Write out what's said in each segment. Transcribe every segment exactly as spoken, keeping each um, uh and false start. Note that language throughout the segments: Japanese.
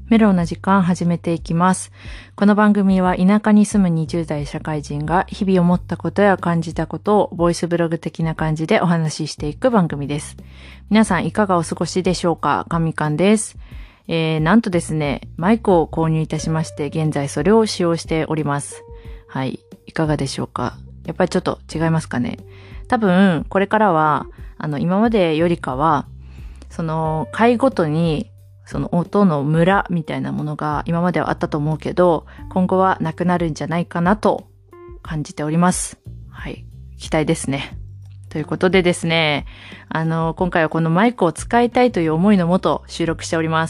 メロウな時間始めていきます。この番組は田舎に住むにじゅう代社会人が日々思ったことや感じたことをボイスブログ的な感じでお話ししていく番組です。皆さんいかがお過ごしでしょうか？かみかんです。えー、なんとですね、マイクを購入いたしまして、現在それを使用しております。はい。いかがでしょうか？やっぱりちょっと違いますかね？多分、これからは、あの、今までよりかは、その、回ごとに、その音のムラみたいなものが今まではあったと思うけど、今後はなくなるんじゃないかなと感じております。はい。期待ですね。ということでですね、あの、今回はこのマイクを使いたいという思いのもと収録しております。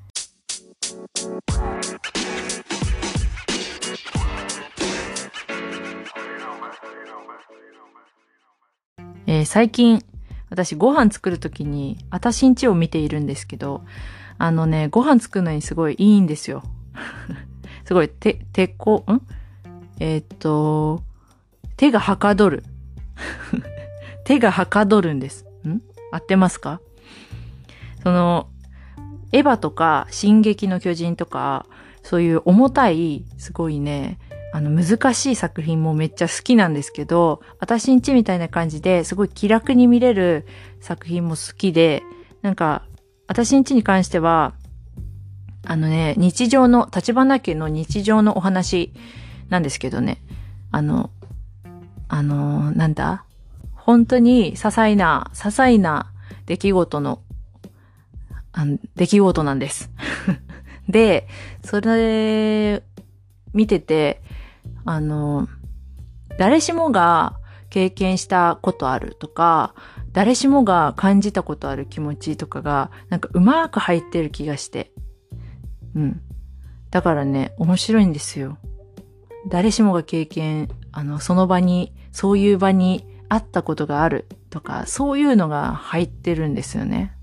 えー、最近、私ご飯作るときに、あたしんちを見ているんですけど、あのね、ご飯作るのにすごいいいんですよ。すごい、手、手こ、んえー、っと、手がはかどる。手がはかどるんです。ん合ってますか？その、エヴァとか、進撃の巨人とか、そういう重たい、すごいね、あの、難しい作品もめっちゃ好きなんですけど、私んちみたいな感じですごい気楽に見れる作品も好きで、なんか、私んちに関しては、あのね、日常の、立花家の日常のお話なんですけどね、あの、あの、なんだ？本当に些細な、些細な出来事の、あの出来事なんです。で、それ、見てて、あの、誰しもが経験したことあるとか、誰しもが感じたことある気持ちとかが、なんかうまく入ってる気がして。うん。だからね、面白いんですよ。誰しもが経験、あの、その場に、そういう場にあったことがあるとか、そういうのが入ってるんですよね。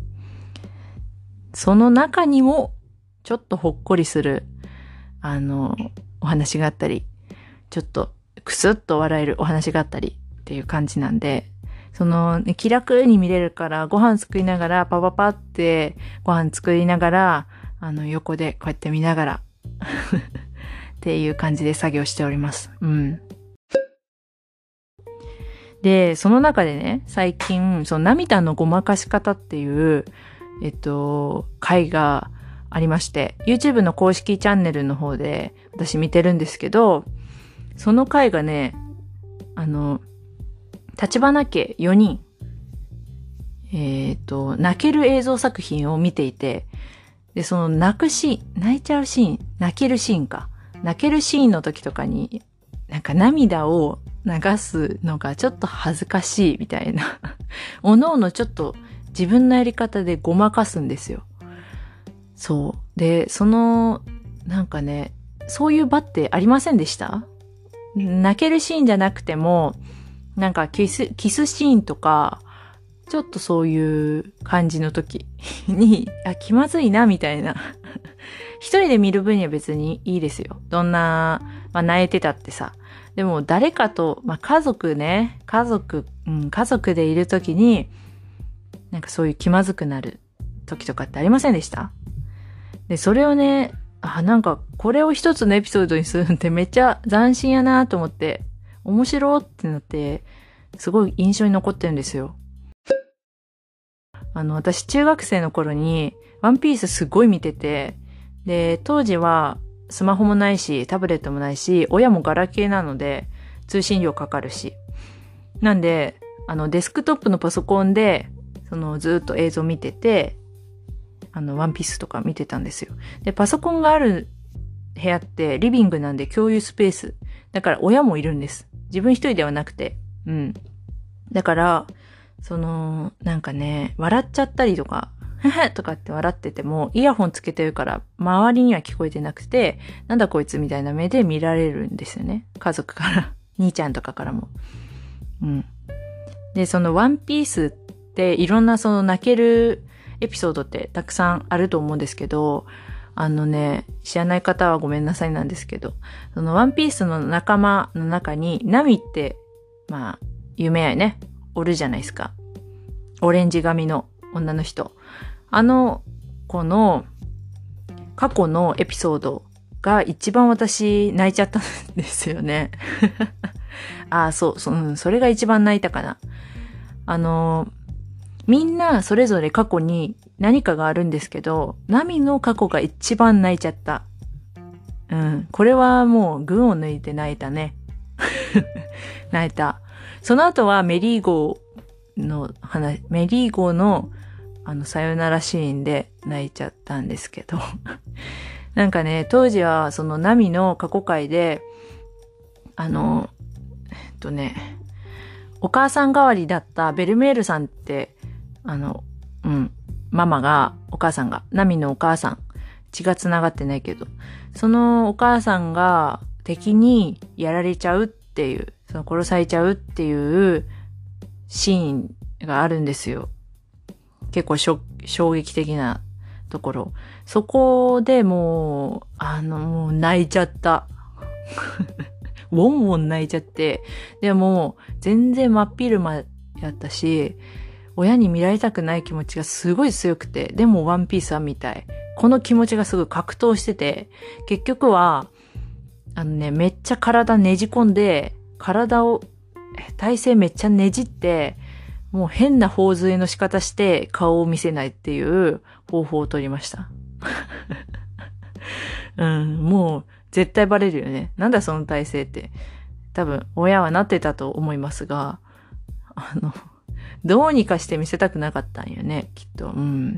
その中にも、ちょっとほっこりする、あの、お話があったり、ちょっとクスッと笑えるお話があったりっていう感じなんで、その、ね、気楽に見れるからご飯作りながらパパパってご飯作りながら、あの横でこうやって見ながらっていう感じで作業しております。うん。で、その中でね、最近、その涙のごまかし方っていう、えっと、回がありまして、YouTube の公式チャンネルの方で私見てるんですけど、その回がね、あの、立花家よにん、えっと、泣ける映像作品を見ていて、で、その泣くシーン、泣いちゃうシーン、泣けるシーンか。泣けるシーンの時とかに、なんか涙を流すのがちょっと恥ずかしいみたいな。おのおのちょっと自分のやり方でごまかすんですよ。そう。で、その、なんかね、そういう場ってありませんでした？泣けるシーンじゃなくても、なんかキス、キスシーンとか、ちょっとそういう感じの時に、あ、気まずいな、みたいな。一人で見る分には別にいいですよ。どんな、まあ泣いてたってさ。でも誰かと、まあ家族ね、家族、うん、家族でいる時に、なんかそういう気まずくなる時とかってありませんでした？で、それをね、あ、なんか、これを一つのエピソードにするってめっちゃ斬新やなと思って、面白ってなって、すごい印象に残ってるんですよ。あの、私中学生の頃に、ワンピースすごい見てて、で、当時はスマホもないし、タブレットもないし、親もガラケーなので、通信料かかるし。なんで、あの、デスクトップのパソコンで、その、ずっと映像見てて、あの、ワンピースとか見てたんですよ。で、パソコンがある部屋ってリビングなんで共有スペース。だから親もいるんです。自分一人ではなくて。うん。だから、その、なんかね、笑っちゃったりとか、へへとかって笑ってても、イヤホンつけてるから、周りには聞こえてなくて、なんだこいつみたいな目で見られるんですよね。家族から。兄ちゃんとかからも。うん。で、そのワンピースっていろんなその泣けるエピソードってたくさんあると思うんですけど、あのね、知らない方はごめんなさいなんですけど、そのワンピースの仲間の中に、ナミって、まあ、有名やね、おるじゃないですか。オレンジ髪の女の人。あの子の、 過去のエピソードが一番私泣いちゃったんですよね。ああ、そう、そ、うん、それが一番泣いたかな。あの、みんなそれぞれ過去に何かがあるんですけど、ナミの過去が一番泣いちゃった。うん、これはもう群を抜いて泣いたね。泣いた。その後はメリーゴーの話、メリーゴーのあのさよならシーンで泣いちゃったんですけど。なんかね、当時はそのナミの過去回で、あの、えっとね、お母さん代わりだったベルメールさんって、あの、うん、ママが、お母さんが、ナミのお母さん、血が繋がってないけど、そのお母さんが敵にやられちゃうっていう、その殺されちゃうっていうシーンがあるんですよ。結構しょ衝撃的なところ。そこでもう、あの、もう泣いちゃった。ウォンウォン泣いちゃって。でも、全然真っ昼間やったし、親に見られたくない気持ちがすごい強くて、でもワンピースは見たい。この気持ちがすごい格闘してて、結局は、あのね、めっちゃ体ねじ込んで、体を、体勢めっちゃねじって、もう変な頬杖の仕方して顔を見せないっていう方法を取りました。うん、もう絶対バレるよね。なんだその体勢って。多分親はなってたと思いますが、あの、どうにかして見せたくなかったんよね、きっと。うん。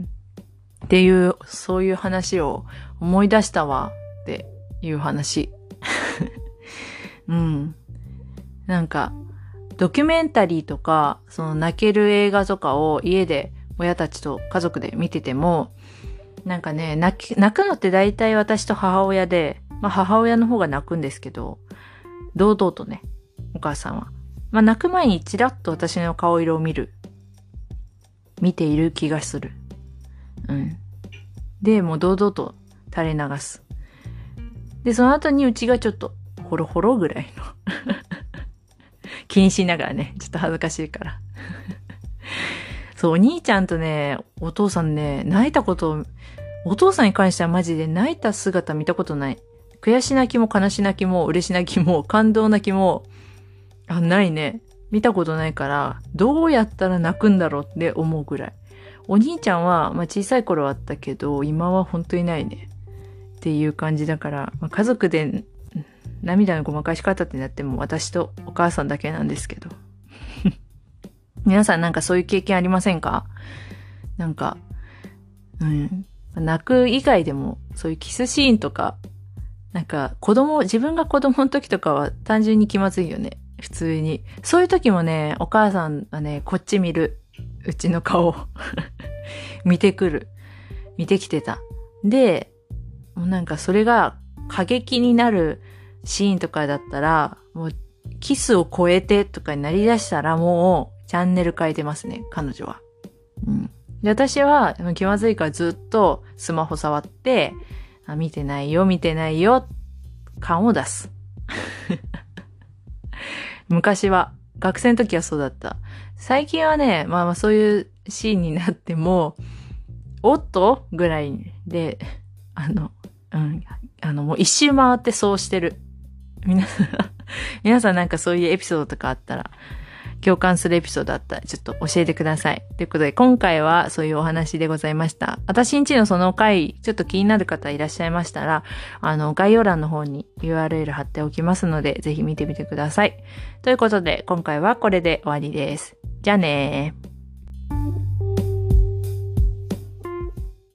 っていう、そういう話を思い出したわっていう話。うん。なんか、ドキュメンタリーとか、その泣ける映画とかを家で親たちと家族で見てても、なんかね、泣き、泣くのって大体私と母親で、まあ母親の方が泣くんですけど、堂々とね、お母さんは。まあ泣く前にチラッと私の顔色を見る。見ている気がする。うん。で、もう堂々と垂れ流す。で、その後にうちがちょっと、ホロホロぐらいの。気にしながらね、ちょっと恥ずかしいから。そう、お兄ちゃんとね、お父さんね、泣いたこと、お父さんに関してはマジで泣いた姿見たことない。悔し泣きも悲し泣きも嬉し泣きも感動泣きも、あ、ないね。見たことないから、どうやったら泣くんだろうって思うぐらい。お兄ちゃんは、まあ小さい頃はあったけど、今は本当にないね。っていう感じだから、まあ、家族で涙のごまかし方ってなっても私とお母さんだけなんですけど。皆さんなんかそういう経験ありませんか？なんか、うん。泣く以外でも、そういうキスシーンとか、なんか子供、自分が子供の時とかは単純に気まずいよね。普通に。そういう時もね、お母さんはね、こっち見る。うちの顔を見てくる。見てきてた。で、もうなんかそれが過激になるシーンとかだったら、もうキスを超えてとかになりだしたらもうチャンネル変えてますね、彼女は。うん。で、私は気まずいからずっとスマホ触って、あ、見てないよ、見てないよ、感を出す。昔は、学生の時はそうだった。最近はね、まあまあそういうシーンになっても、おっとぐらいで、あの、うん、あの、もう一周回ってそうしてる。皆さん、皆さんなんかそういうエピソードとかあったら、共感するエピソードあったらちょっと教えてください。ということで、今回はそういうお話でございました。私んちのその回、ちょっと気になる方いらっしゃいましたら、あの、概要欄の方に ユーアールエル 貼っておきますので、ぜひ見てみてください。ということで、今回はこれで終わりです。じゃあねー。